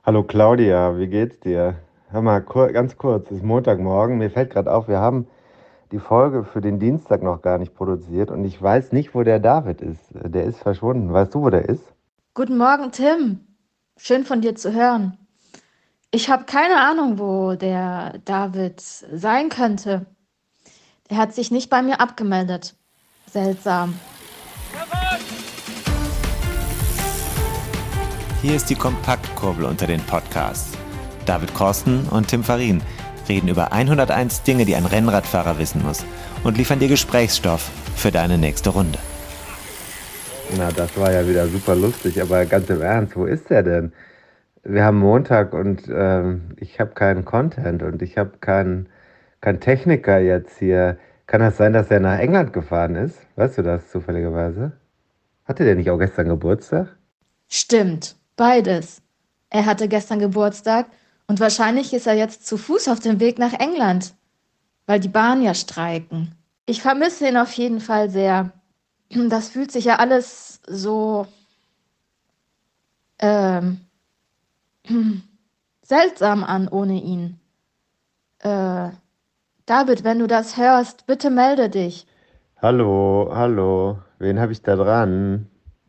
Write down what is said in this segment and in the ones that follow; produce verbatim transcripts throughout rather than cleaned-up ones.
Hallo Claudia, wie geht's dir? Hör mal, kur ganz kurz, es ist Montagmorgen. Mir fällt gerade auf, wir haben die Folge für den Dienstag noch gar nicht produziert und ich weiß nicht, wo der David ist. Der ist verschwunden. Weißt du, wo der ist? Guten Morgen, Tim. Schön von dir zu hören. Ich habe keine Ahnung, wo der David sein könnte. Er hat sich nicht bei mir abgemeldet. Seltsam. Hier ist die Kompaktkurbel unter den Podcasts. David Korsten und Tim Farin reden über hunderteins Dinge, die ein Rennradfahrer wissen muss und liefern dir Gesprächsstoff für deine nächste Runde. Na, das war ja wieder super lustig, aber ganz im Ernst, wo ist der denn? Wir haben Montag und ähm, ich habe keinen Content und ich habe keinen keinen Techniker jetzt hier. Kann das sein, dass er nach England gefahren ist? Weißt du das zufälligerweise? Hatte der nicht auch gestern Geburtstag? Stimmt, beides. Er hatte gestern Geburtstag und wahrscheinlich ist er jetzt zu Fuß auf dem Weg nach England, weil die Bahn ja streiken. Ich vermisse ihn auf jeden Fall sehr. Das fühlt sich ja alles so ähm, seltsam an ohne ihn. Äh, David, wenn du das hörst, bitte melde dich. Hallo, hallo. Wen habe ich da dran?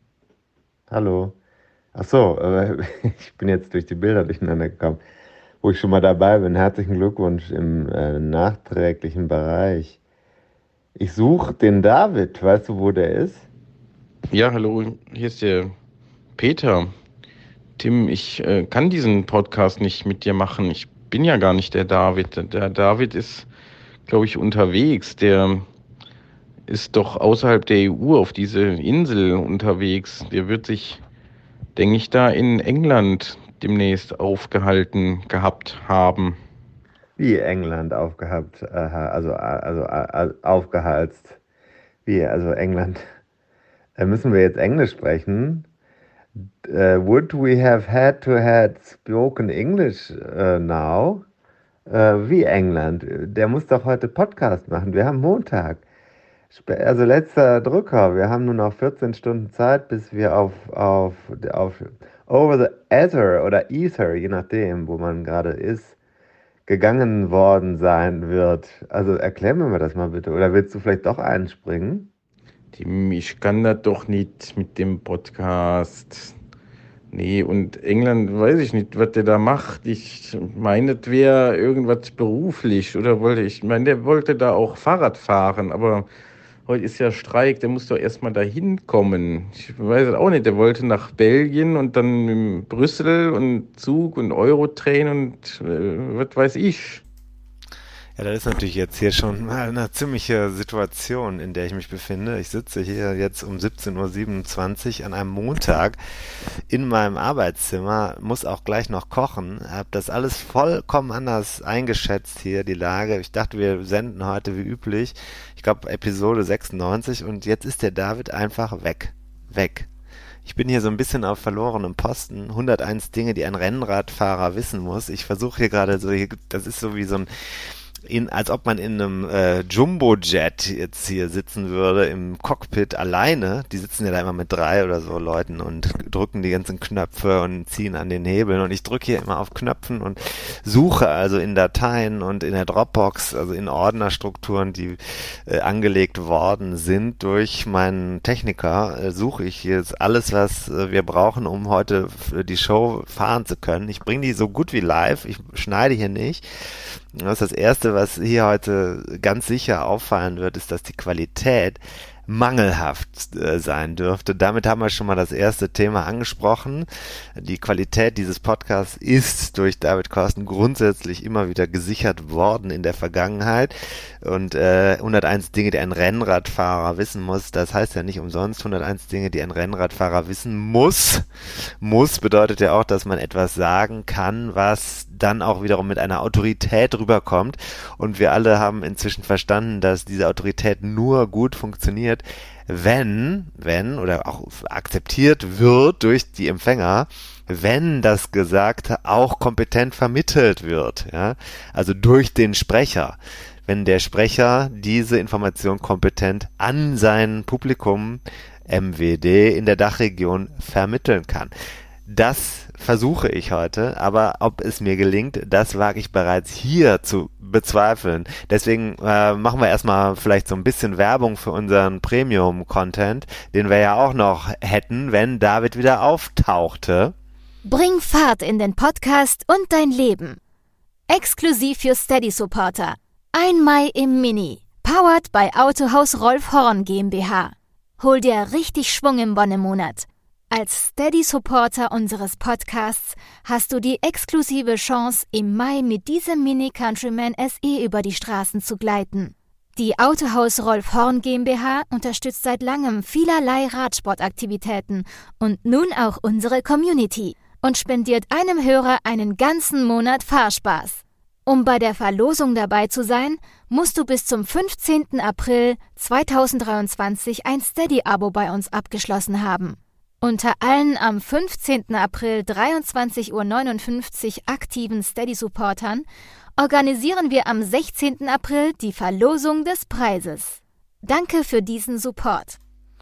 Hallo. Ach so, äh, ich bin jetzt durch die Bilder durcheinander gekommen. Wo ich schon mal dabei bin, herzlichen Glückwunsch im äh, nachträglichen Bereich. Ich suche den David. Weißt du, wo der ist? Ja, hallo, hier ist der Peter. Tim, ich äh, kann diesen Podcast nicht mit dir machen. Ich bin ja gar nicht der David. Der David ist, glaube ich, unterwegs. Der ist doch außerhalb der E U auf diese Insel unterwegs. Der wird sich, denke ich, da in England demnächst aufgehalten gehabt haben. Wie England aufgehabt, äh, also, also äh, aufgehalst. Wie, also England. Äh, müssen wir jetzt Englisch sprechen? Uh, would we have had to had spoken English uh, now? Uh, wie England? Der muss doch heute Podcast machen. Wir haben Montag. Sp- Also letzter Drücker. Wir haben nur noch vierzehn Stunden Zeit, bis wir auf, auf, auf Over the Ether oder Ether, je nachdem, wo man gerade ist, gegangen worden sein wird. Also erklär mir mal das mal bitte. Oder willst du vielleicht doch einspringen? Tim, ich kann das doch nicht mit dem Podcast. Nee, und England, weiß ich nicht, was der da macht. Ich meine, das wäre irgendwas beruflich. Oder wollte ich, ich meine, der wollte da auch Fahrrad fahren, aber heute ist ja Streik, der muss doch erstmal da hinkommen. Ich weiß es auch nicht, der wollte nach Belgien und dann mit Brüssel und Zug und Eurotrain und äh, was weiß ich. Ja, das ist natürlich jetzt hier schon mal eine ziemliche Situation, in der ich mich befinde. Ich sitze hier jetzt um siebzehn Uhr siebenundzwanzig an einem Montag in meinem Arbeitszimmer, muss auch gleich noch kochen, habe das alles vollkommen anders eingeschätzt hier, die Lage. Ich dachte, wir senden heute wie üblich, ich glaube Episode sechsundneunzig, und jetzt ist der David einfach weg. Weg. Ich bin hier so ein bisschen auf verlorenem Posten. hunderteins Dinge, die ein Rennradfahrer wissen muss. Ich versuche hier gerade so, das ist so wie so ein in, als ob man in einem äh, Jumbo-Jet jetzt hier sitzen würde, im Cockpit alleine. Die sitzen ja da immer mit drei oder so Leuten und drücken die ganzen Knöpfe und ziehen an den Hebeln. Und ich drücke hier immer auf Knöpfen und suche also in Dateien und in der Dropbox, also in Ordnerstrukturen, die äh, angelegt worden sind durch meinen Techniker, äh, suche ich jetzt alles, was äh, wir brauchen, um heute für die Show fahren zu können. Ich bringe die so gut wie live. Ich schneide hier nicht. Das ist das Erste, was hier heute ganz sicher auffallen wird, ist, dass die Qualität mangelhaft äh, sein dürfte. Damit haben wir schon mal das erste Thema angesprochen. Die Qualität dieses Podcasts ist durch David Korsten grundsätzlich immer wieder gesichert worden in der Vergangenheit. Und äh, hunderteins Dinge, die ein Rennradfahrer wissen muss, das heißt ja nicht umsonst hunderteins Dinge, die ein Rennradfahrer wissen muss. Muss bedeutet ja auch, dass man etwas sagen kann, was dann auch wiederum mit einer Autorität rüberkommt. Und wir alle haben inzwischen verstanden, dass diese Autorität nur gut funktioniert, wenn, wenn oder auch akzeptiert wird durch die Empfänger, wenn das Gesagte auch kompetent vermittelt wird, ja, also durch den Sprecher. Wenn der Sprecher diese Information kompetent an sein Publikum, M W D, in der Dachregion vermitteln kann. Das versuche ich heute, aber ob es mir gelingt, das wage ich bereits hier zu bezweifeln. Deswegen äh, machen wir erstmal vielleicht so ein bisschen Werbung für unseren Premium-Content, den wir ja auch noch hätten, wenn David wieder auftauchte. Bring Fahrt in den Podcast und dein Leben. Exklusiv für Steady-Supporter. Ein Mai im Mini. Powered by Autohaus Rolf Horn GmbH. Hol dir richtig Schwung im Wonnemonat. Als Steady-Supporter unseres Podcasts hast du die exklusive Chance, im Mai mit diesem Mini Countryman S E über die Straßen zu gleiten. Die Autohaus Rolf Horn GmbH unterstützt seit langem vielerlei Radsportaktivitäten und nun auch unsere Community und spendiert einem Hörer einen ganzen Monat Fahrspaß. Um bei der Verlosung dabei zu sein, musst du bis zum fünfzehnten April zweitausenddreiundzwanzig ein Steady-Abo bei uns abgeschlossen haben. Unter allen am fünfzehnten April dreiundzwanzig Uhr neunundfünfzig aktiven Steady-Supportern organisieren wir am sechzehnten April die Verlosung des Preises. Danke für diesen Support.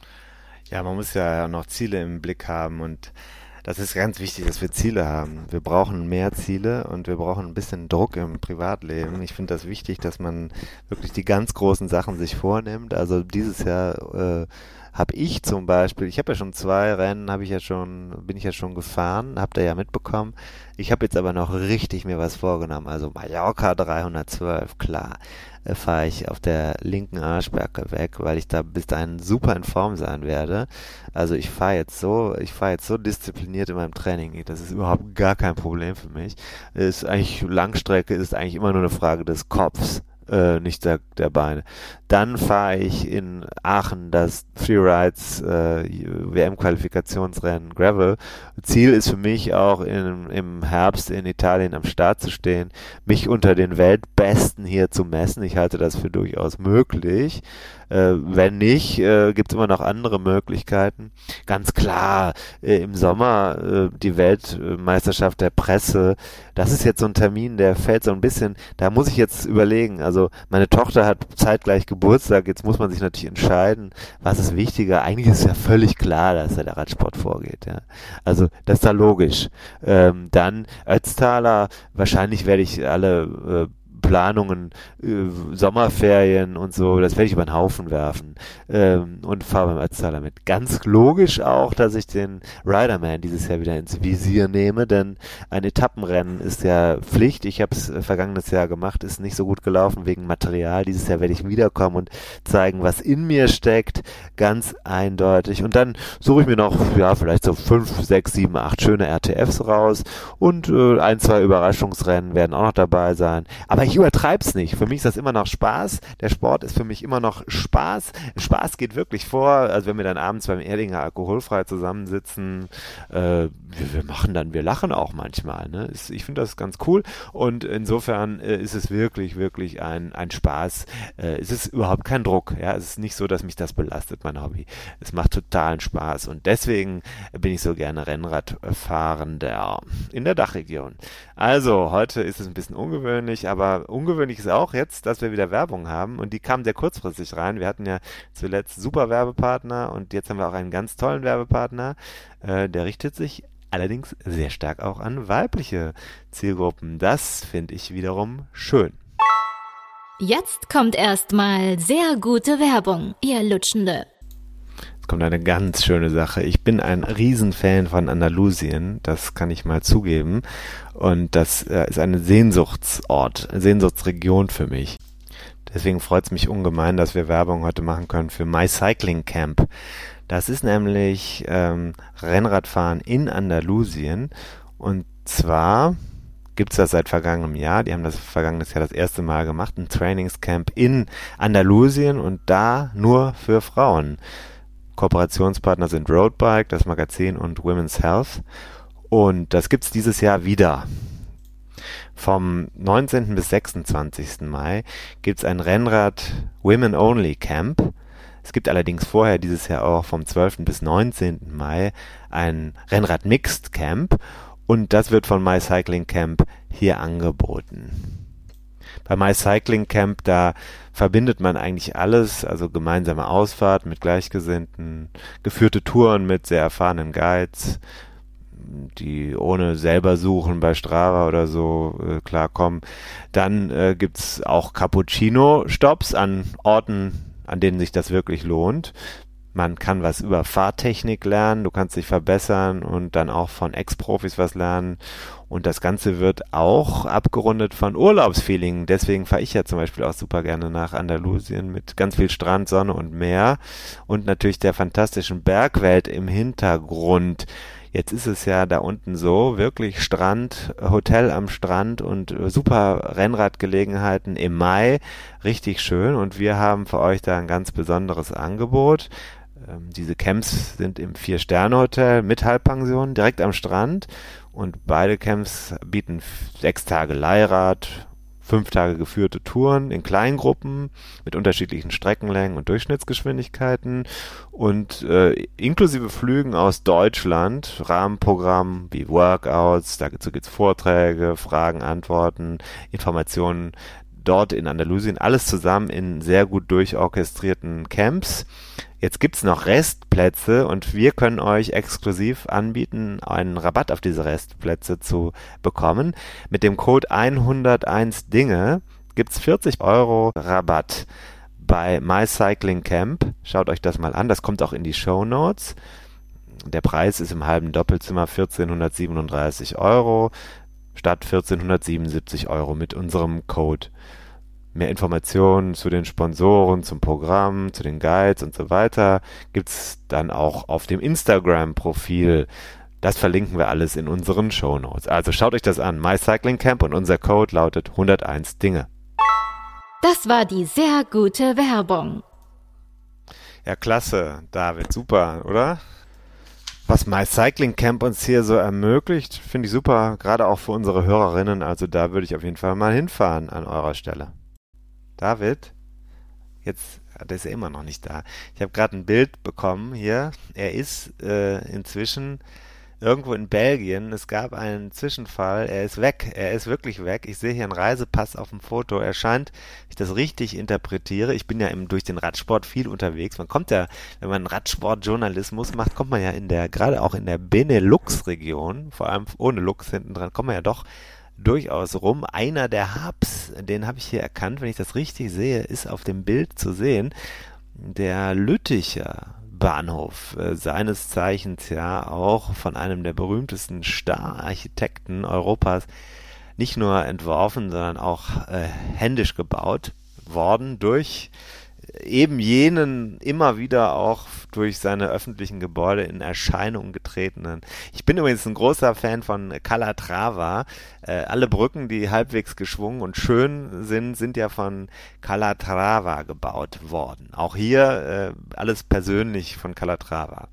Ja, man muss ja noch Ziele im Blick haben und das ist ganz wichtig, dass wir Ziele haben. Wir brauchen mehr Ziele und wir brauchen ein bisschen Druck im Privatleben. Ich finde das wichtig, dass man wirklich die ganz großen Sachen sich vornimmt. Also dieses Jahr äh, habe ich zum Beispiel, ich habe ja schon zwei Rennen, habe ich ja schon, bin ich ja schon gefahren, habt ihr ja mitbekommen. Ich habe jetzt aber noch richtig mir was vorgenommen. Also Mallorca dreihundertzwölf, klar, äh, fahre ich auf der linken Arschbacke weg, weil ich da bis dahin super in Form sein werde. Also ich fahre jetzt so, ich fahre jetzt so diszipliniert in meinem Training, das ist überhaupt gar kein Problem für mich. Ist eigentlich Langstrecke, ist eigentlich immer nur eine Frage des Kopfs. Äh, nicht der, der Beine. Dann fahre ich in Aachen das Freerides äh, W M-Qualifikationsrennen Gravel. Ziel ist für mich auch in, im Herbst in Italien am Start zu stehen, mich unter den Weltbesten hier zu messen. Ich halte das für durchaus möglich. Äh, wenn nicht, äh, gibt es immer noch andere Möglichkeiten. Ganz klar, äh, im Sommer äh, die Weltmeisterschaft der Presse, das ist jetzt so ein Termin, der fällt so ein bisschen, da muss ich jetzt überlegen, also meine Tochter hat zeitgleich Geburtstag, jetzt muss man sich natürlich entscheiden, was ist wichtiger. Eigentlich ist ja völlig klar, dass da der Radsport vorgeht. Ja. Also das ist da logisch. Ähm, dann Ötztaler, wahrscheinlich werde ich alle äh, Planungen, äh, Sommerferien und so, das werde ich über den Haufen werfen ähm, und fahre beim Ötztaler mit. Ganz logisch auch, dass ich den Riderman dieses Jahr wieder ins Visier nehme, denn ein Etappenrennen ist ja Pflicht. Ich habe es äh, vergangenes Jahr gemacht, ist nicht so gut gelaufen wegen Material. Dieses Jahr werde ich wiederkommen und zeigen, was in mir steckt, ganz eindeutig. Und dann suche ich mir noch, ja, vielleicht so fünf, sechs, sieben, acht schöne R T Fs raus und äh, ein, zwei Überraschungsrennen werden auch noch dabei sein. Aber ich übertreib's nicht. Für mich ist das immer noch Spaß. Der Sport ist für mich immer noch Spaß. Spaß geht wirklich vor. Also wenn wir dann abends beim Erdinger alkoholfrei zusammensitzen, äh, wir, wir machen dann, wir lachen auch manchmal. Ne? Ich finde das ganz cool und insofern äh, ist es wirklich, wirklich ein, ein Spaß. Äh, es ist überhaupt kein Druck. Ja? Es ist nicht so, dass mich das belastet, mein Hobby. Es macht totalen Spaß und deswegen bin ich so gerne Rennradfahrender in der Dachregion. Also, heute ist es ein bisschen ungewöhnlich, aber ungewöhnlich ist auch jetzt, dass wir wieder Werbung haben und die kam sehr kurzfristig rein. Wir hatten ja zuletzt super Werbepartner und jetzt haben wir auch einen ganz tollen Werbepartner. Äh, der richtet sich allerdings sehr stark auch an weibliche Zielgruppen. Das finde ich wiederum schön. Jetzt kommt erstmal sehr gute Werbung, ihr Lutschende. Jetzt kommt eine ganz schöne Sache. Ich bin ein Riesenfan von Andalusien, das kann ich mal zugeben. Und das äh, ist eine Sehnsuchtsort, eine Sehnsuchtsregion für mich. Deswegen freut es mich ungemein, dass wir Werbung heute machen können für My Cycling Camp. Das ist nämlich ähm, Rennradfahren in Andalusien. Und zwar gibt es das seit vergangenem Jahr. Die haben das vergangenes Jahr das erste Mal gemacht, ein Trainingscamp in Andalusien und da nur für Frauen. Kooperationspartner sind Roadbike, das Magazin und Women's Health. Und das gibt's dieses Jahr wieder. Vom neunzehnten bis sechsundzwanzigsten Mai gibt's ein Rennrad Women Only Camp. Es gibt allerdings vorher dieses Jahr auch vom zwölften bis neunzehnten Mai ein Rennrad Mixed Camp. Und das wird von My Cycling Camp hier angeboten. Bei My Cycling Camp, da verbindet man eigentlich alles, also gemeinsame Ausfahrt mit Gleichgesinnten, geführte Touren mit sehr erfahrenen Guides, die ohne selber suchen bei Strava oder so äh, klarkommen. Dann äh, gibt's auch Cappuccino-Stops an Orten, an denen sich das wirklich lohnt. Man kann was über Fahrtechnik lernen, du kannst dich verbessern und dann auch von Ex-Profis was lernen. Und das Ganze wird auch abgerundet von Urlaubsfeeling. Deswegen fahre ich ja zum Beispiel auch super gerne nach Andalusien mit ganz viel Strand, Sonne und Meer und natürlich der fantastischen Bergwelt im Hintergrund. Jetzt ist es ja da unten so, wirklich Strand, Hotel am Strand und super Rennradgelegenheiten im Mai, richtig schön. Und wir haben für euch da ein ganz besonderes Angebot. Ähm, diese Camps sind im Vier-Sterne-Hotel mit Halbpension direkt am Strand und beide Camps bieten sechs Tage Leihrad, fünf Tage geführte Touren in Kleingruppen mit unterschiedlichen Streckenlängen und Durchschnittsgeschwindigkeiten und äh, inklusive Flügen aus Deutschland, Rahmenprogramm wie Workouts, dazu gibt's Vorträge, Fragen, Antworten, Informationen dort in Andalusien, alles zusammen in sehr gut durchorchestrierten Camps. Jetzt gibt's noch Restplätze und wir können euch exklusiv anbieten, einen Rabatt auf diese Restplätze zu bekommen. Mit dem Code hunderteins Dinge gibt's vierzig Euro Rabatt bei MyCyclingCamp. Schaut euch das mal an, das kommt auch in die Shownotes. Der Preis ist im halben Doppelzimmer vierzehnhundertsiebenunddreißig Euro statt vierzehnhundertsiebenundsiebzig Euro mit unserem Code. Mehr Informationen zu den Sponsoren, zum Programm, zu den Guides und so weiter gibt's dann auch auf dem Instagram-Profil. Das verlinken wir alles in unseren Shownotes. Also schaut euch das an, MyCyclingCamp, und unser Code lautet hunderteins Dinge. Das war die sehr gute Werbung. Ja, klasse, David, super, oder? Was MyCyclingCamp uns hier so ermöglicht, finde ich super, gerade auch für unsere Hörerinnen. Also da würde ich auf jeden Fall mal hinfahren an eurer Stelle. David, jetzt, der ist ja immer noch nicht da. Ich habe gerade ein Bild bekommen hier. Er ist äh, inzwischen irgendwo in Belgien. Es gab einen Zwischenfall. Er ist weg. Er ist wirklich weg. Ich sehe hier einen Reisepass auf dem Foto. Er scheint, wenn ich das richtig interpretiere, ich bin ja im, durch den Radsport viel unterwegs. Man kommt ja, wenn man Radsportjournalismus macht, kommt man ja in der, gerade auch in der Benelux-Region, vor allem ohne Lux hinten dran, kommt man ja doch durchaus rum. Einer der Hubs, den habe ich hier erkannt, wenn ich das richtig sehe, ist auf dem Bild zu sehen. Der Lütticher Bahnhof, äh, seines Zeichens ja auch von einem der berühmtesten Star-Architekten Europas nicht nur entworfen, sondern auch äh, händisch gebaut worden durch eben jenen immer wieder auch durch seine öffentlichen Gebäude in Erscheinung getretenen. Ich bin übrigens ein großer Fan von Calatrava. Äh, alle Brücken, die halbwegs geschwungen und schön sind, sind ja von Calatrava gebaut worden. Auch hier äh, alles persönlich von Calatrava.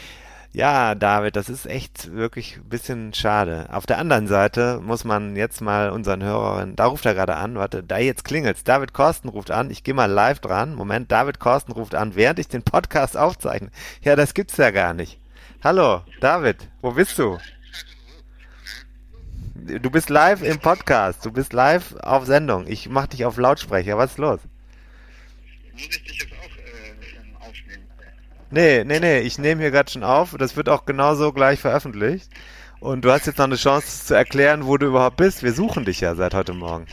Ja, David, das ist echt wirklich ein bisschen schade. Auf der anderen Seite muss man jetzt mal unseren Hörerinnen, da ruft er gerade an, warte, da jetzt klingelt's. David Korsten ruft an, ich gehe mal live dran. Moment, David Korsten ruft an, während ich den Podcast aufzeichne. Ja, das gibt's ja gar nicht. Hallo, David, wo bist du? Du bist live im Podcast, du bist live auf Sendung. Ich mach dich auf Lautsprecher, was ist los? Muss ich dich jetzt auch äh, aufnehmen? Nee, nee, nee, ich nehme hier gerade schon auf. Das wird auch genauso gleich veröffentlicht. Und du hast jetzt noch eine Chance zu erklären, wo du überhaupt bist. Wir suchen dich ja seit heute Morgen.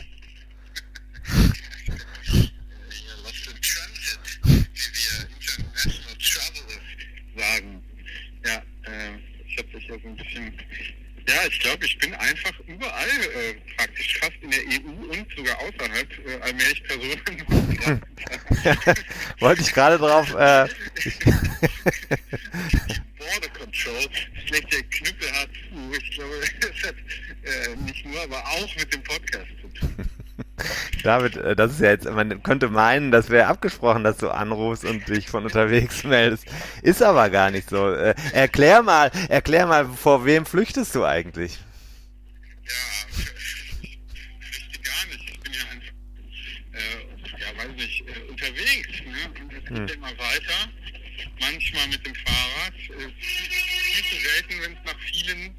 Ja, was für ein Transit, wie wir International Travelers sagen. Ja, äh, ich habe dich ja so ein bisschen... Ja, ich glaube, ich bin einfach überall äh, praktisch fast in der E U und sogar außerhalb äh, allmählich Personen. Wollte ich gerade drauf... Äh, Border Control, schlechte Knüppel hat, ich glaube, das hat äh, nicht nur, aber auch mit dem Podcast zu tun. David, äh, das ist ja jetzt, man könnte meinen, das wäre abgesprochen, dass du anrufst und dich von unterwegs meldest. Ist aber gar nicht so. Äh, erklär mal, erklär mal, vor wem flüchtest du eigentlich? Ja, ich flüchte gar nicht. Ich bin ja einfach, äh, ja, weiß nicht, äh, unterwegs, ne? Und es geht Hm. immer weiter. Manchmal mit dem Fahrrad. Äh, viel zu selten, wenn es nach vielen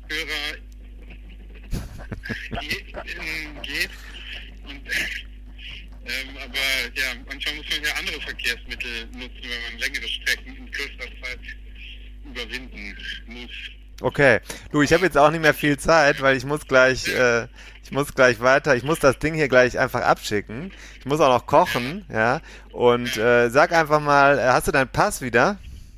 Hörer geht. äh, geht. Und, ähm, aber ja, manchmal muss man ja andere Verkehrsmittel nutzen, wenn man längere Strecken in kürzester Zeit überwinden muss. Okay. Du, ich habe jetzt auch nicht mehr viel Zeit, weil ich muss gleich, äh, ich muss gleich weiter, ich muss das Ding hier gleich einfach abschicken. Ich muss auch noch kochen, ja. Und äh, sag einfach mal, äh, hast du deinen Pass wieder?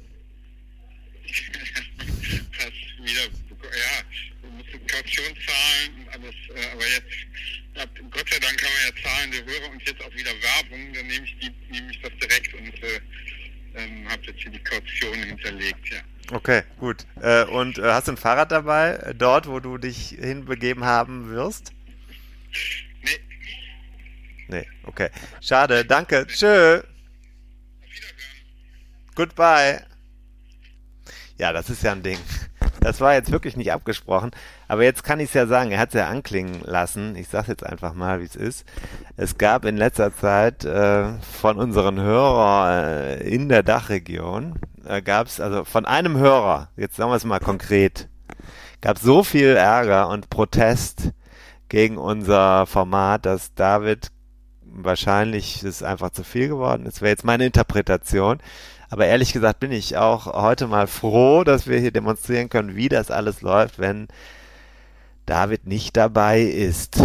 Pass wieder, ja, du musst Kaution zahlen und alles, äh, aber jetzt, ja, Gott sei Dank kann man ja zahlen, der Hörer und jetzt auch wieder Werbung, dann nehme ich, die, nehme ich das direkt und äh, ähm, habe jetzt hier die Kaution hinterlegt, ja. Okay, gut. Äh, und äh, hast du ein Fahrrad dabei, äh, dort, wo du dich hinbegeben haben wirst? Nee. Nee, okay. Schade, danke. Tschö. Auf Wiederhören. Goodbye. Ja, das ist ja ein Ding. Das war jetzt wirklich nicht abgesprochen, aber jetzt kann ich es ja sagen, er hat es ja anklingen lassen. Ich sage jetzt einfach mal, wie es ist. Es gab in letzter Zeit äh, von unseren Hörern äh, in der Dachregion, äh, gab es, also von einem Hörer, jetzt sagen wir es mal konkret, gab so viel Ärger und Protest gegen unser Format, dass David wahrscheinlich ist einfach zu viel geworden. Das wäre jetzt meine Interpretation. Aber ehrlich gesagt bin ich auch heute mal froh, dass wir hier demonstrieren können, wie das alles läuft, wenn David nicht dabei ist.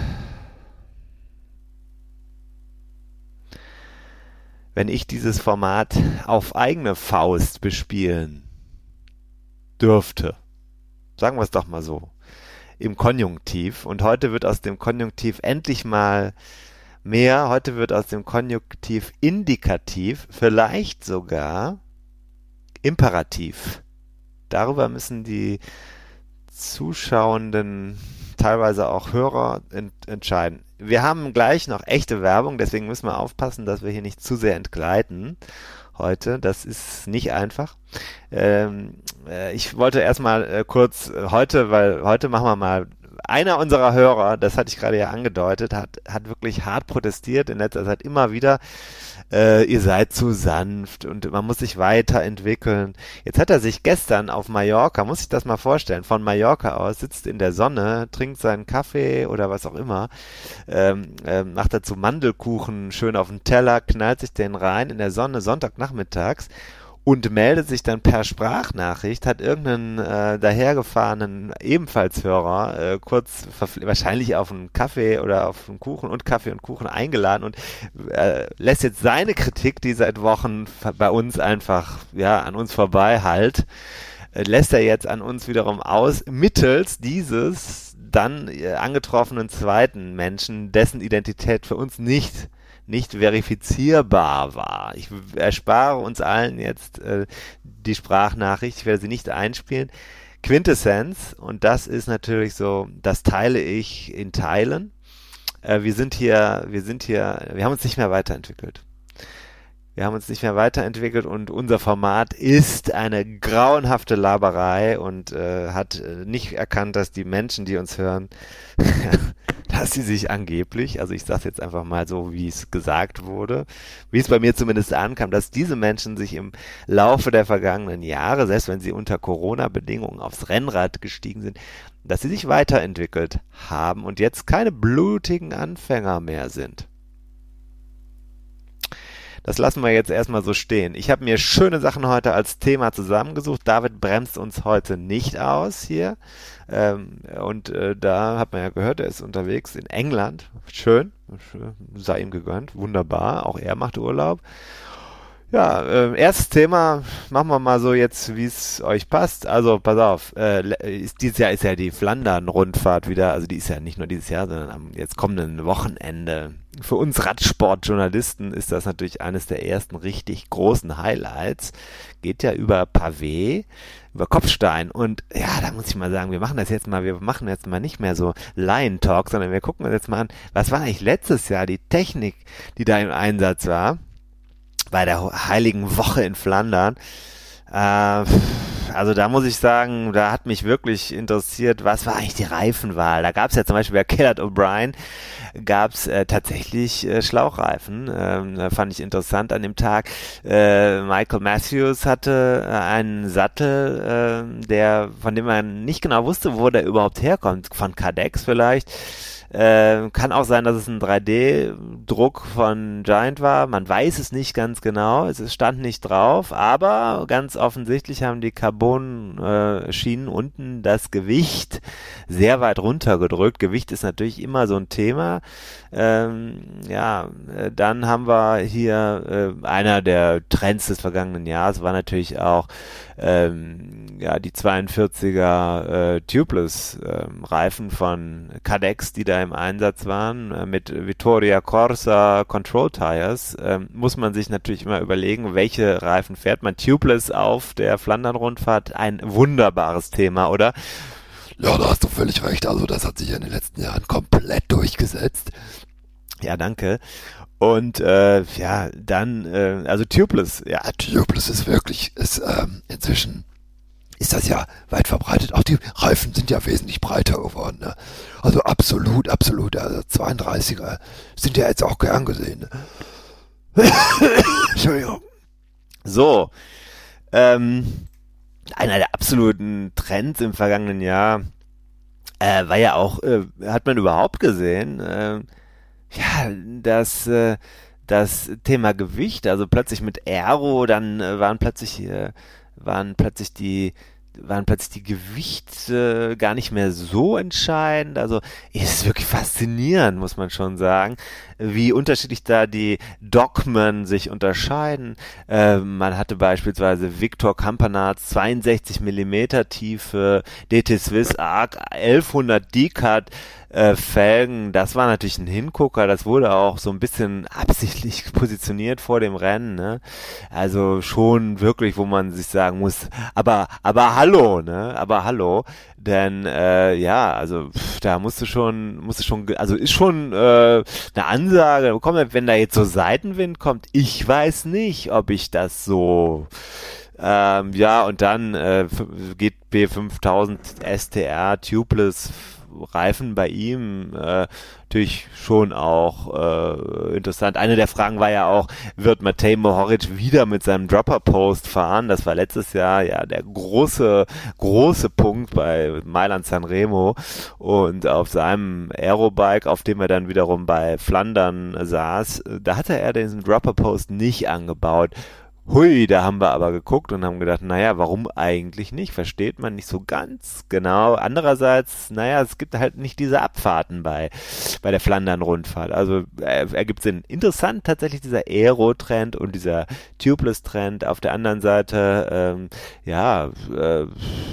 Wenn ich dieses Format auf eigene Faust bespielen dürfte, sagen wir es doch mal so, im Konjunktiv. Und heute wird aus dem Konjunktiv endlich mal mehr, heute wird aus dem Konjunktiv Indikativ, vielleicht sogar Imperativ. Darüber müssen die Zuschauenden, teilweise auch Hörer, ent- entscheiden. Wir haben gleich noch echte Werbung, deswegen müssen wir aufpassen, dass wir hier nicht zu sehr entgleiten heute. Das ist nicht einfach. Ähm, äh, ich wollte erstmal äh, kurz äh, heute, weil heute machen wir mal einer unserer Hörer, das hatte ich gerade ja angedeutet, hat, hat wirklich hart protestiert in letzter Zeit immer wieder, äh, ihr seid zu sanft und man muss sich weiterentwickeln. Jetzt hat er sich gestern auf Mallorca, muss ich das mal vorstellen, von Mallorca aus, sitzt in der Sonne, trinkt seinen Kaffee oder was auch immer, ähm, ähm, macht dazu Mandelkuchen schön auf den Teller, knallt sich den rein in der Sonne Sonntagnachmittags und meldet sich dann per Sprachnachricht, hat irgendeinen äh, dahergefahrenen ebenfalls Hörer äh, kurz verpfle- wahrscheinlich auf einen Kaffee oder auf einen Kuchen und Kaffee und Kuchen eingeladen und äh, lässt jetzt seine Kritik, die seit Wochen bei uns einfach ja an uns vorbei halt, äh, lässt er jetzt an uns wiederum aus, mittels dieses dann äh, angetroffenen zweiten Menschen, dessen Identität für uns nicht nicht verifizierbar war. Ich erspare uns allen jetzt äh, die Sprachnachricht, ich werde sie nicht einspielen. Quintessenz, und das ist natürlich so, das teile ich in Teilen. Äh, wir sind hier, wir sind hier, wir haben uns nicht mehr weiterentwickelt. Wir haben uns nicht mehr weiterentwickelt und unser Format ist eine grauenhafte Laberei und äh, hat äh, nicht erkannt, dass die Menschen, die uns hören, dass sie sich angeblich, also ich sage jetzt einfach mal so, wie es gesagt wurde, wie es bei mir zumindest ankam, dass diese Menschen sich im Laufe der vergangenen Jahre, selbst wenn sie unter Corona-Bedingungen aufs Rennrad gestiegen sind, dass sie sich weiterentwickelt haben und jetzt keine blutigen Anfänger mehr sind. Das lassen wir jetzt erstmal so stehen. Ich habe mir schöne Sachen heute als Thema zusammengesucht. David bremst uns heute nicht aus hier. Ähm, und äh, da hat man ja gehört, er ist unterwegs in England. Schön, sei ihm gegönnt, wunderbar. Auch er macht Urlaub. Ja, äh, erstes Thema, machen wir mal so jetzt, wie es euch passt. Also, pass auf, äh, ist, dieses Jahr ist ja die Flandern-Rundfahrt wieder, also die ist ja nicht nur dieses Jahr, sondern am jetzt kommenden Wochenende. Für uns Radsportjournalisten ist das natürlich eines der ersten richtig großen Highlights. Geht ja über Pavé, über Kopfstein und ja, da muss ich mal sagen, wir machen das jetzt mal, wir machen jetzt mal nicht mehr so Lion-Talk, sondern wir gucken uns jetzt mal an, was war eigentlich letztes Jahr die Technik, die da im Einsatz war? Bei der Heiligen Woche in Flandern. Äh, also da muss ich sagen, da hat mich wirklich interessiert, was war eigentlich die Reifenwahl? Da gab es ja zum Beispiel bei Kellett O'Brien gab es äh, tatsächlich äh, Schlauchreifen. Ähm, fand ich interessant an dem Tag. Äh, Michael Matthews hatte äh, einen Sattel, äh, der von dem man nicht genau wusste, wo der überhaupt herkommt. Von Cadex vielleicht. Äh, kann auch sein, dass es ein drei D-Druck von Giant war. Man weiß es nicht ganz genau. Es stand nicht drauf, aber ganz offensichtlich haben die Carbon-Schienen äh, unten das Gewicht sehr weit runtergedrückt. Gewicht ist natürlich immer so ein Thema. Ähm, ja, äh, dann haben wir hier äh, einer der Trends des vergangenen Jahres war natürlich auch ähm, ja die zweiundvierziger äh, Tubeless äh, Reifen von Cadex, die da im Einsatz waren, äh, mit Vittoria Corsa Control Tires. Äh, muss man sich natürlich immer überlegen, welche Reifen fährt man. Tubeless auf der Flandern-Rundfahrt, ein wunderbares Thema, oder? Ja, da hast du völlig recht. Also das hat sich ja in den letzten Jahren komplett durchgesetzt. Ja, danke. Und äh, ja, dann, äh, also Tubeless, ja. Tubeless ist wirklich, ist ähm, inzwischen ist das ja weit verbreitet. Auch die Reifen sind ja wesentlich breiter geworden. Ne? Also absolut, absolut. Also zweiunddreißiger sind ja jetzt auch gern gesehen. Ne? Entschuldigung. So, ähm, einer der absoluten Trends im vergangenen Jahr äh, war ja auch, äh, hat man überhaupt gesehen, äh, ja, das, äh, das Thema Gewicht, also plötzlich mit Aero, dann äh, waren plötzlich, äh, waren plötzlich die, waren plötzlich die Gewichte gar nicht mehr so entscheidend. Also ist wirklich faszinierend, muss man schon sagen, wie unterschiedlich da die Dogmen sich unterscheiden. Äh, man hatte beispielsweise Victor Campanards zweiundsechzig Millimeter Tiefe, D T Swiss Arc elfhundert D-Cut Äh, Felgen, das war natürlich ein Hingucker, das wurde auch so ein bisschen absichtlich positioniert vor dem Rennen, ne? Also schon wirklich, wo man sich sagen muss, aber aber hallo, ne? Aber hallo, denn äh, ja, also pff, da musst du schon, musst du schon, also ist schon äh, eine Ansage, komm, wenn da jetzt so Seitenwind kommt, ich weiß nicht, ob ich das so ähm, ja, und dann äh, G P fünftausend S T R Tubeless Reifen bei ihm äh, natürlich schon auch äh, interessant. Eine der Fragen war ja auch, wird Matej Mohoric wieder mit seinem Dropper-Post fahren? Das war letztes Jahr ja der große, große Punkt bei Mailand Sanremo und auf seinem Aerobike, auf dem er dann wiederum bei Flandern saß, da hatte er diesen Dropper-Post nicht angebaut. Hui, da haben wir aber geguckt und haben gedacht, naja, warum eigentlich nicht? Versteht man nicht so ganz genau. Andererseits, naja, es gibt halt nicht diese Abfahrten bei, bei der Flandern-Rundfahrt. Also äh, ergibt Sinn. Interessant tatsächlich dieser Aero-Trend und dieser Tubeless-Trend. Auf der anderen Seite, ähm, ja, äh,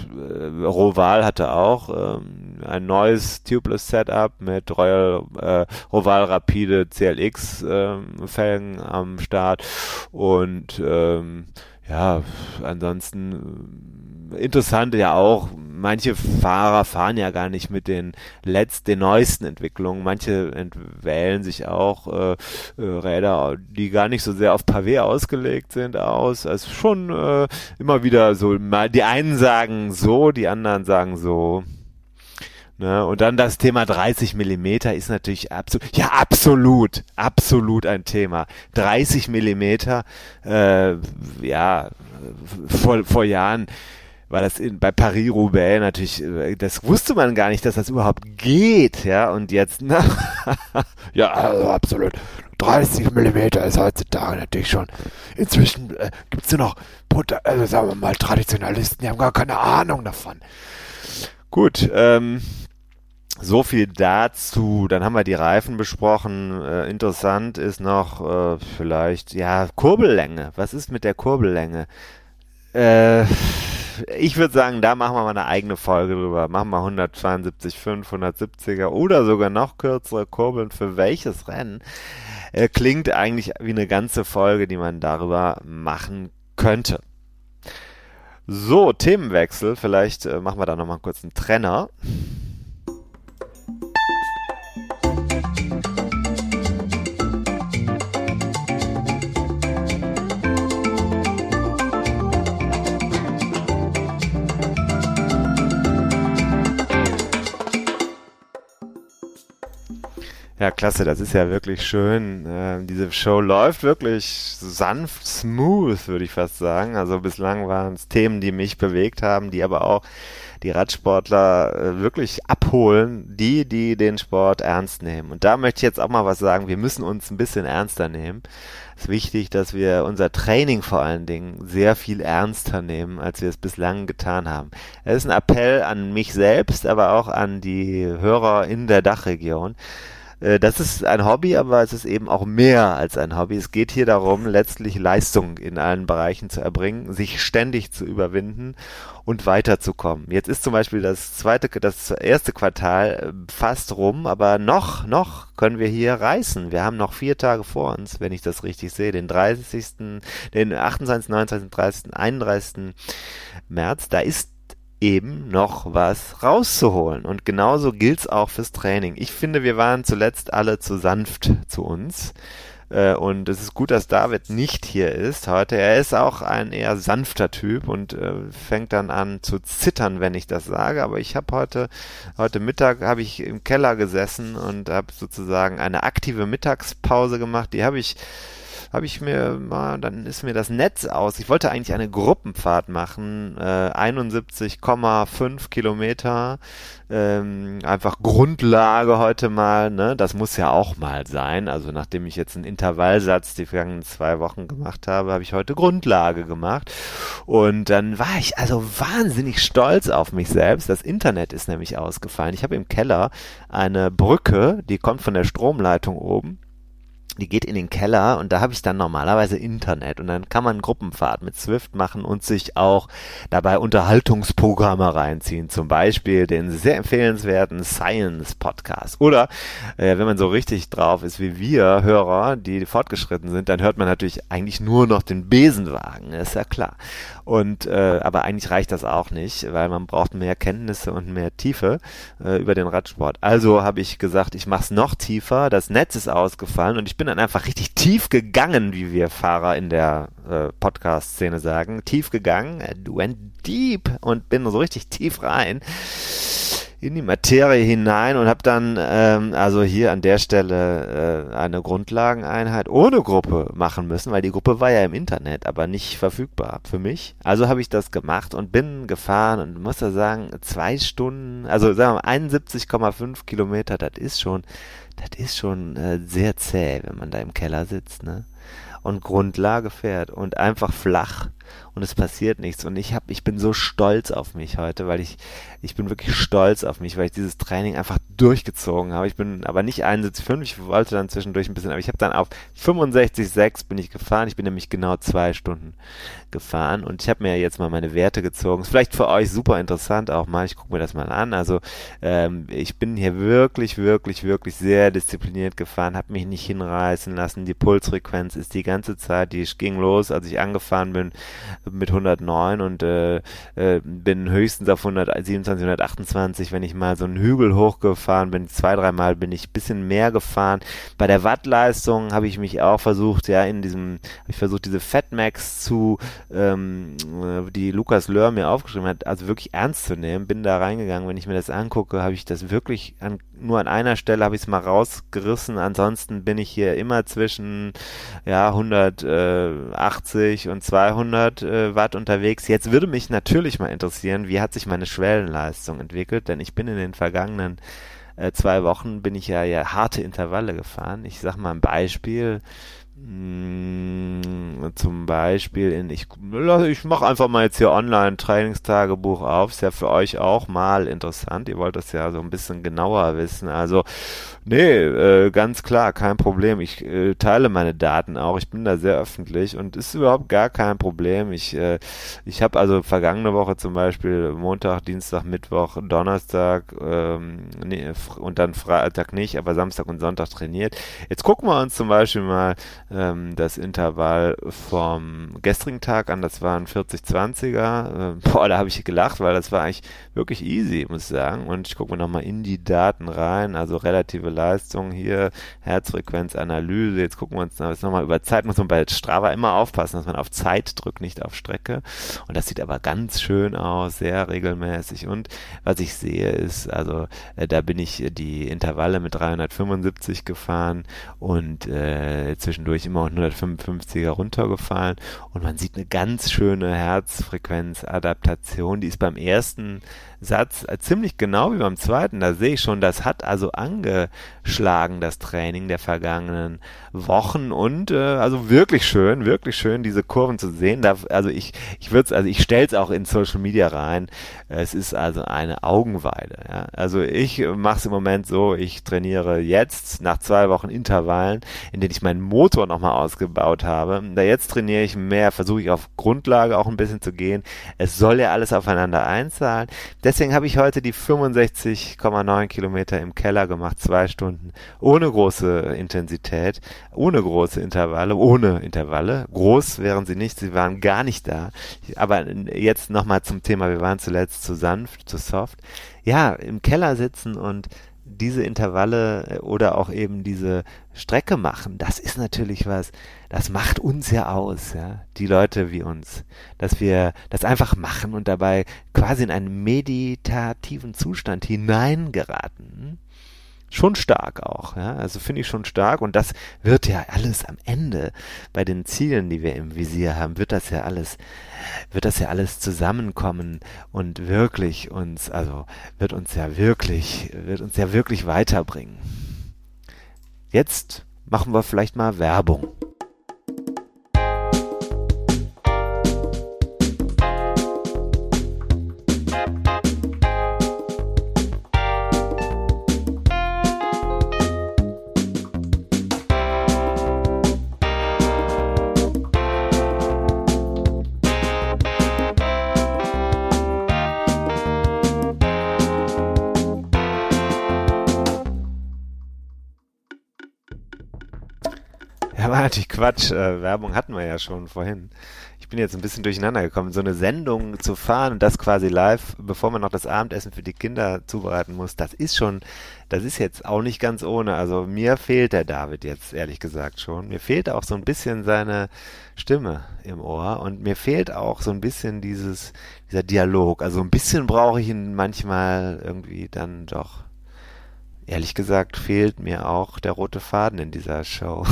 Roval hatte auch ähm, ein neues Tubeless-Setup mit Royal äh, Roval Rapide C L X äh, Felgen am Start und äh, Ähm, ja, ansonsten äh, interessant ja auch, manche Fahrer fahren ja gar nicht mit den letzten, den neuesten Entwicklungen, manche wählen sich auch äh, äh, Räder, die gar nicht so sehr auf Pavé ausgelegt sind, aus. Also schon äh, immer wieder so, mal die einen sagen so, die anderen sagen so. Ne, und dann das Thema dreißig Millimeter ist natürlich absolut, ja absolut, absolut ein Thema. dreißig Millimeter, äh, ja, vor, vor Jahren war das in, bei Paris-Roubaix natürlich, das wusste man gar nicht, dass das überhaupt geht, ja, und jetzt, na, ja, also absolut. dreißig Millimeter ist heutzutage natürlich schon, inzwischen äh, gibt es nur noch, also sagen wir mal, Traditionalisten, die haben gar keine Ahnung davon. Gut, ähm, so viel dazu. Dann haben wir die Reifen besprochen. Äh, interessant ist noch äh, vielleicht, ja, Kurbellänge. Was ist mit der Kurbellänge? Äh, ich würde sagen, da machen wir mal eine eigene Folge drüber. Machen wir hundertzweiundsiebzig Komma fünf, hundertsiebziger oder sogar noch kürzere Kurbeln für welches Rennen. Äh, klingt eigentlich wie eine ganze Folge, die man darüber machen könnte. So, Themenwechsel. Vielleicht äh, machen wir da nochmal kurz einen Trenner. Ja, klasse, das ist ja wirklich schön. Äh, diese Show läuft wirklich sanft, smooth, würde ich fast sagen. Also bislang waren es Themen, die mich bewegt haben, die aber auch die Radsportler äh, wirklich abholen, die, die den Sport ernst nehmen. Und da möchte ich jetzt auch mal was sagen, wir müssen uns ein bisschen ernster nehmen. Es ist wichtig, dass wir unser Training vor allen Dingen sehr viel ernster nehmen, als wir es bislang getan haben. Es ist ein Appell an mich selbst, aber auch an die Hörer in der Dachregion. Das ist ein Hobby, aber es ist eben auch mehr als ein Hobby. Es geht hier darum, letztlich Leistung in allen Bereichen zu erbringen, sich ständig zu überwinden und weiterzukommen. Jetzt ist zum Beispiel das zweite, das erste Quartal fast rum, aber noch, noch können wir hier reißen. Wir haben noch vier Tage vor uns, wenn ich das richtig sehe, den dreißigsten, den achtundzwanzigsten, neunundzwanzigsten, dreißigsten, einunddreißigsten März. Da ist eben noch was rauszuholen. Und genauso gilt's auch fürs Training. Ich finde, wir waren zuletzt alle zu sanft zu uns. Äh, und es ist gut, dass David nicht hier ist heute. Er ist auch ein eher sanfter Typ und äh, fängt dann an zu zittern, wenn ich das sage. Aber ich habe heute, heute Mittag habe ich im Keller gesessen und habe sozusagen eine aktive Mittagspause gemacht. Die habe ich habe ich mir mal, dann ist mir das Netz aus. Ich wollte eigentlich eine Gruppenfahrt machen, äh, einundsiebzig Komma fünf Kilometer, ähm, einfach Grundlage heute mal, ne? Das muss ja auch mal sein. Also nachdem ich jetzt einen Intervallsatz die vergangenen zwei Wochen gemacht habe, habe ich heute Grundlage gemacht. Und dann war ich also wahnsinnig stolz auf mich selbst. Das Internet ist nämlich ausgefallen. Ich habe im Keller eine Brücke, die kommt von der Stromleitung oben. Die geht in den Keller und da habe ich dann normalerweise Internet und dann kann man Gruppenfahrt mit Zwift machen und sich auch dabei Unterhaltungsprogramme reinziehen, zum Beispiel den sehr empfehlenswerten Science Podcast oder äh, wenn man so richtig drauf ist wie wir Hörer, die fortgeschritten sind, dann hört man natürlich eigentlich nur noch den Besenwagen, ist ja klar. Und äh, aber eigentlich reicht das auch nicht, weil man braucht mehr Kenntnisse und mehr Tiefe äh, über den Radsport. Also habe ich gesagt, ich mache es noch tiefer, das Netz ist ausgefallen und ich bin dann einfach richtig tief gegangen, wie wir Fahrer in der äh, Podcast-Szene sagen. Tief gegangen, went deep und bin so richtig tief rein in die Materie hinein und habe dann ähm, also hier an der Stelle äh, eine Grundlageneinheit ohne Gruppe machen müssen, weil die Gruppe war ja im Internet, aber nicht verfügbar für mich. Also habe ich das gemacht und bin gefahren und muss da sagen, zwei Stunden, also sagen wir mal einundsiebzig Komma fünf Kilometer, das ist schon, das ist schon äh, sehr zäh, wenn man da im Keller sitzt, ne? Und Grundlage fährt und einfach flach und es passiert nichts und ich hab, ich bin so stolz auf mich heute, weil ich, ich bin wirklich stolz auf mich, weil ich dieses Training einfach durchgezogen habe. Ich bin aber nicht einundsiebzig Komma fünf, ich wollte dann zwischendurch ein bisschen, aber ich habe dann auf fünfundsechzig Komma sechs bin ich gefahren. Ich bin nämlich genau zwei Stunden gefahren und ich habe mir jetzt mal meine Werte gezogen. Ist vielleicht für euch super interessant auch mal, ich gucke mir das mal an. Also ähm, ich bin hier wirklich, wirklich, wirklich sehr diszipliniert gefahren, habe mich nicht hinreißen lassen. Die Pulsfrequenz ist die ganze Zeit, die ging los, als ich angefahren bin mit hundertneun und äh, äh, bin höchstens auf hundertsiebenundzwanzig, hundertachtundzwanzig, wenn ich mal so einen Hügel hochgefahren bin, zwei, dreimal bin ich ein bisschen mehr gefahren. Bei der Wattleistung habe ich mich auch versucht, ja, in diesem, habe ich versucht, diese Fatmax zu, ähm, die Lukas Löhr mir aufgeschrieben hat, also wirklich ernst zu nehmen, bin da reingegangen, wenn ich mir das angucke, habe ich das wirklich an, nur an einer Stelle habe ich es mal rausgerissen, ansonsten bin ich hier immer zwischen, ja, hundertachtzig und zweihundert äh, Watt unterwegs. Jetzt würde mich natürlich mal interessieren, wie hat sich meine Schwellenleistung entwickelt, denn ich bin in den vergangenen äh, zwei Wochen, bin ich ja, ja harte Intervalle gefahren. Ich sag mal ein Beispiel, mh, zum Beispiel in, ich, ich mache einfach mal jetzt hier online Trainingstagebuch auf, ist ja für euch auch mal interessant, ihr wollt das ja so ein bisschen genauer wissen, also nee, äh, ganz klar, kein Problem. Ich äh, teile meine Daten auch. Ich bin da sehr öffentlich und ist überhaupt gar kein Problem. Ich äh, ich habe also vergangene Woche zum Beispiel Montag, Dienstag, Mittwoch, Donnerstag ähm, nee, und dann Freitag nicht, aber Samstag und Sonntag trainiert. Jetzt gucken wir uns zum Beispiel mal ähm, das Intervall vom gestrigen Tag an, das waren vierzig zwanziger. Äh, boah, da habe ich gelacht, weil das war eigentlich wirklich easy, muss ich sagen. Und ich gucke mir nochmal in die Daten rein, also relative Leistung hier, Herzfrequenzanalyse. Jetzt gucken wir uns das nochmal über Zeit. Muss man bei Strava immer aufpassen, dass man auf Zeit drückt, nicht auf Strecke. Und das sieht aber ganz schön aus, sehr regelmäßig. Und was ich sehe ist, also äh, da bin ich die Intervalle mit dreihundertfünfundsiebzig gefahren und äh, zwischendurch immer auf hundertfünfundfünfziger runtergefallen. Und man sieht eine ganz schöne Herzfrequenzadaptation, die ist beim ersten Satz äh, ziemlich genau wie beim zweiten. Da sehe ich schon, das hat also angeschlagen, das Training der vergangenen Wochen und äh, also wirklich schön, wirklich schön, diese Kurven zu sehen. Da, also ich, ich würde also ich stelle es auch in Social Media rein. Es ist also eine Augenweide. Ja? Also ich mache es im Moment so, ich trainiere jetzt nach zwei Wochen Intervallen, in denen ich meinen Motor nochmal ausgebaut habe. Da jetzt trainiere ich mehr, versuche ich auf Grundlage auch ein bisschen zu gehen. Es soll ja alles aufeinander einzahlen. Deswegen habe ich heute die fünfundsechzig Komma neun Kilometer im Keller gemacht, zwei Stunden, ohne große Intensität, ohne große Intervalle, ohne Intervalle. Groß wären sie nicht, sie waren gar nicht da. Aber jetzt nochmal zum Thema, wir waren zuletzt zu sanft, zu soft. Ja, im Keller sitzen und diese Intervalle oder auch eben diese Strecke machen, das ist natürlich was, das macht uns ja aus, ja, die Leute wie uns, dass wir das einfach machen und dabei quasi in einen meditativen Zustand hineingeraten. Schon stark auch, ja, also finde ich schon stark und das wird ja alles am Ende bei den Zielen, die wir im Visier haben, wird das ja alles, wird das ja alles zusammenkommen und wirklich uns, also wird uns ja wirklich, wird uns ja wirklich weiterbringen. Jetzt machen wir vielleicht mal Werbung. Ja, war natürlich Quatsch. Äh, Werbung hatten wir ja schon vorhin. Ich bin jetzt ein bisschen durcheinander gekommen. So eine Sendung zu fahren und das quasi live, bevor man noch das Abendessen für die Kinder zubereiten muss, das ist schon, das ist jetzt auch nicht ganz ohne. Also mir fehlt der David jetzt, ehrlich gesagt schon. Mir fehlt auch so ein bisschen seine Stimme im Ohr und mir fehlt auch so ein bisschen dieses, dieser Dialog. Also ein bisschen brauche ich ihn manchmal irgendwie dann doch. Ehrlich gesagt fehlt mir auch der rote Faden in dieser Show.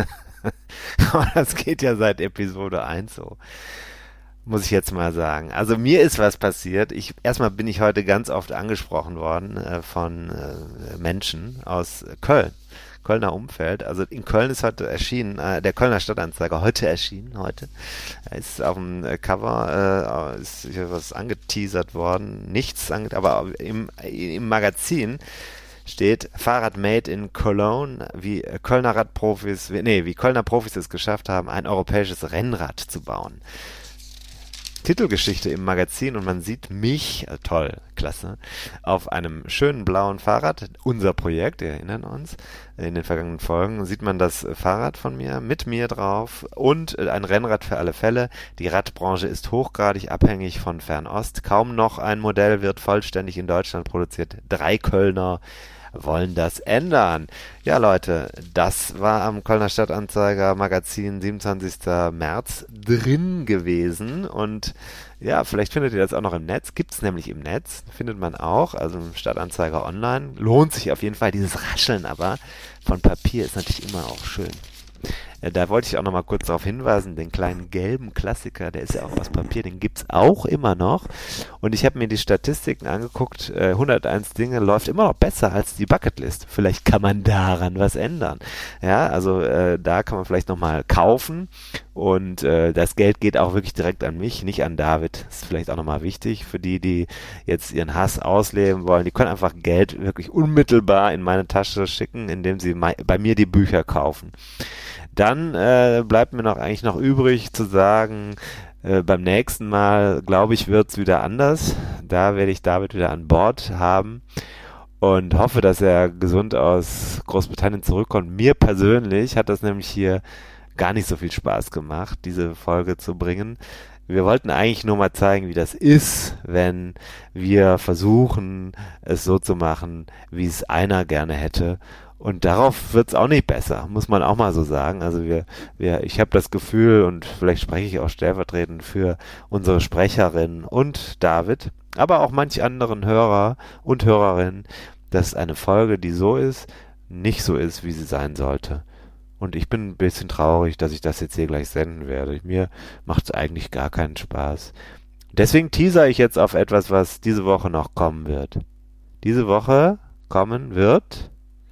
Aber das geht ja seit Episode eins so, muss ich jetzt mal sagen. Also mir ist was passiert. Ich, erstmal bin ich heute ganz oft angesprochen worden äh, von äh, Menschen aus Köln, Kölner Umfeld. Also in Köln ist heute erschienen, äh, der Kölner Stadtanzeiger, heute erschienen, heute. Er ist auf dem Cover, äh, ist hier was angeteasert worden, nichts, ange aber im, im Magazin steht Fahrrad made in Cologne, wie Kölner Radprofis, wie, nee, wie Kölner Profis es geschafft haben, ein europäisches Rennrad zu bauen. Titelgeschichte im Magazin und man sieht mich, äh, toll, klasse, auf einem schönen blauen Fahrrad, unser Projekt, wir erinnern uns, in den vergangenen Folgen sieht man das Fahrrad von mir, mit mir drauf und ein Rennrad für alle Fälle. Die Radbranche ist hochgradig abhängig von Fernost, kaum noch ein Modell wird vollständig in Deutschland produziert. Drei Kölner wollen das ändern. Ja, Leute, das war am Kölner Stadtanzeiger Magazin siebenundzwanzigsten März drin gewesen und ja, vielleicht findet ihr das auch noch im Netz. Gibt's nämlich im Netz, findet man auch, also im Stadtanzeiger online. Lohnt sich auf jeden Fall. Dieses Rascheln aber von Papier ist natürlich immer auch schön. Da wollte ich auch noch mal kurz darauf hinweisen, den kleinen gelben Klassiker, der ist ja auch aus Papier, den gibt's auch immer noch. Und ich habe mir die Statistiken angeguckt, äh, hunderteins Dinge läuft immer noch besser als die Bucketlist. Vielleicht kann man daran was ändern. Ja, also äh, da kann man vielleicht noch mal kaufen und äh, das Geld geht auch wirklich direkt an mich, nicht an David. Das ist vielleicht auch noch mal wichtig für die, die jetzt ihren Hass ausleben wollen. Die können einfach Geld wirklich unmittelbar in meine Tasche schicken, indem sie bei mir die Bücher kaufen. Dann äh, bleibt mir noch eigentlich noch übrig zu sagen, äh, beim nächsten Mal, glaube ich, wird's wieder anders. Da werde ich David wieder an Bord haben und hoffe, dass er gesund aus Großbritannien zurückkommt. Mir persönlich hat das nämlich hier gar nicht so viel Spaß gemacht, diese Folge zu bringen. Wir wollten eigentlich nur mal zeigen, wie das ist, wenn wir versuchen, es so zu machen, wie es einer gerne hätte. Und darauf wird's auch nicht besser, muss man auch mal so sagen. Also wir, wir, ich habe das Gefühl, und vielleicht spreche ich auch stellvertretend für unsere Sprecherin und David, aber auch manch anderen Hörer und Hörerinnen, dass eine Folge, die so ist, nicht so ist, wie sie sein sollte. Und ich bin ein bisschen traurig, dass ich das jetzt hier gleich senden werde. Mir macht es eigentlich gar keinen Spaß. Deswegen teaser ich jetzt auf etwas, was diese Woche noch kommen wird. Diese Woche kommen wird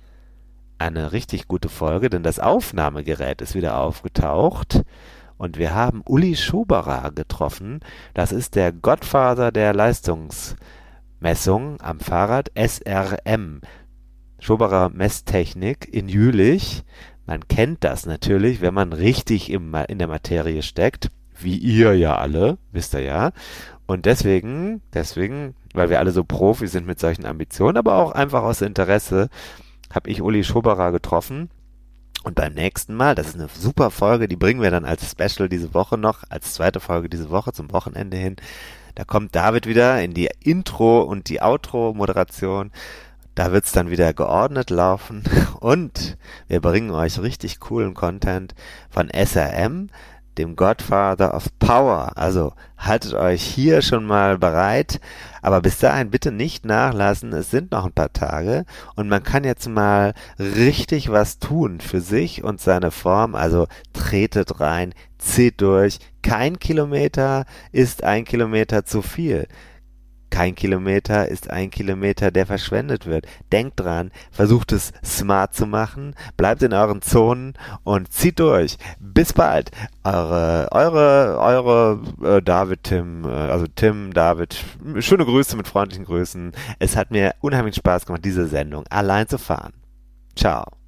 eine richtig gute Folge, denn das Aufnahmegerät ist wieder aufgetaucht und wir haben Uli Schoberer getroffen. Das ist der Godfather der Leistungsmessung am Fahrrad, S R M, Schoberer Messtechnik in Jülich. Man kennt das natürlich, wenn man richtig im, in der Materie steckt, wie ihr ja alle, wisst ihr ja. Und deswegen, deswegen, weil wir alle so Profis sind mit solchen Ambitionen, aber auch einfach aus Interesse, habe ich Uli Schoberer getroffen. Und beim nächsten Mal, das ist eine super Folge, die bringen wir dann als Special diese Woche noch, als zweite Folge diese Woche zum Wochenende hin. Da kommt David wieder in die Intro- und die Outro-Moderation. Da wird's dann wieder geordnet laufen und wir bringen euch richtig coolen Content von S R M, dem Godfather of Power. Also haltet euch hier schon mal bereit, aber bis dahin bitte nicht nachlassen. Es sind noch ein paar Tage und man kann jetzt mal richtig was tun für sich und seine Form. Also tretet rein, zieht durch. Kein Kilometer ist ein Kilometer zu viel. Kein Kilometer ist ein Kilometer, der verschwendet wird. Denkt dran, versucht es smart zu machen, bleibt in euren Zonen und zieht durch. Bis bald. Eure, eure, eure äh, David, Tim, äh, also Tim, David, schöne Grüße mit freundlichen Grüßen. Es hat mir unheimlich Spaß gemacht, diese Sendung allein zu fahren. Ciao.